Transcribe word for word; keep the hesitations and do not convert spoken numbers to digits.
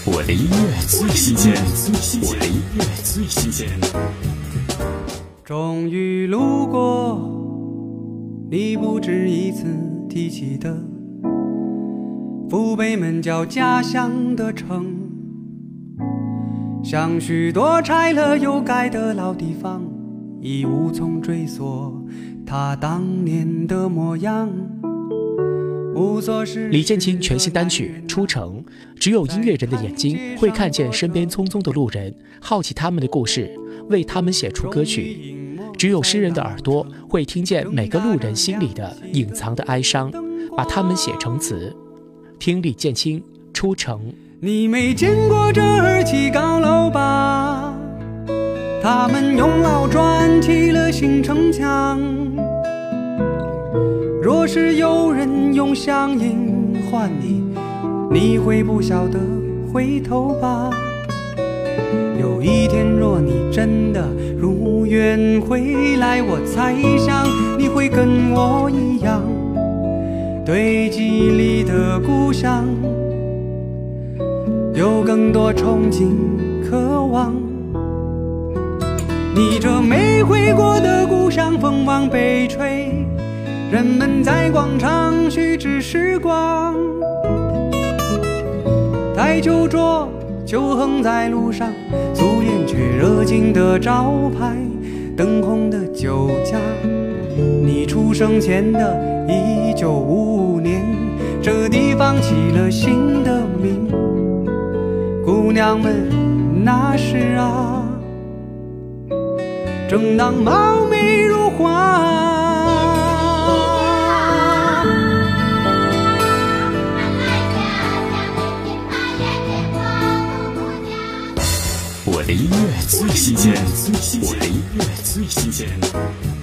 我的音乐最新鲜，我的音乐最新鲜。 终于路过你不止一次提起的父辈们叫家乡的城，像许多拆了又盖的老地方，已无从追溯他当年的模样。 李建清全新单曲《出城》，只有音乐人的眼睛会看见身边匆匆的路人，好奇他们的故事，为他们写出歌曲。只有诗人的耳朵会听见每个路人心里的隐藏的哀伤，把他们写成词。听李建清《出城》。 你没见过这二期高楼吧？他们用老砖砌了新城墙。若是有人用乡音唤你，你会不晓得回头吧？有一天若你真的如愿回来，我猜想你会跟我一样，对记忆里的故乡有更多憧憬渴望。你这没回过的故乡，风往北吹，人们在广场虚掷时光，台球桌就横在路上，素颜却热情的招牌，灯红的酒家。你出生前的一九五五年，这地方起了新的名，姑娘们那时啊，正当貌美如花。 我的音乐最新鲜，我的音乐最新鲜。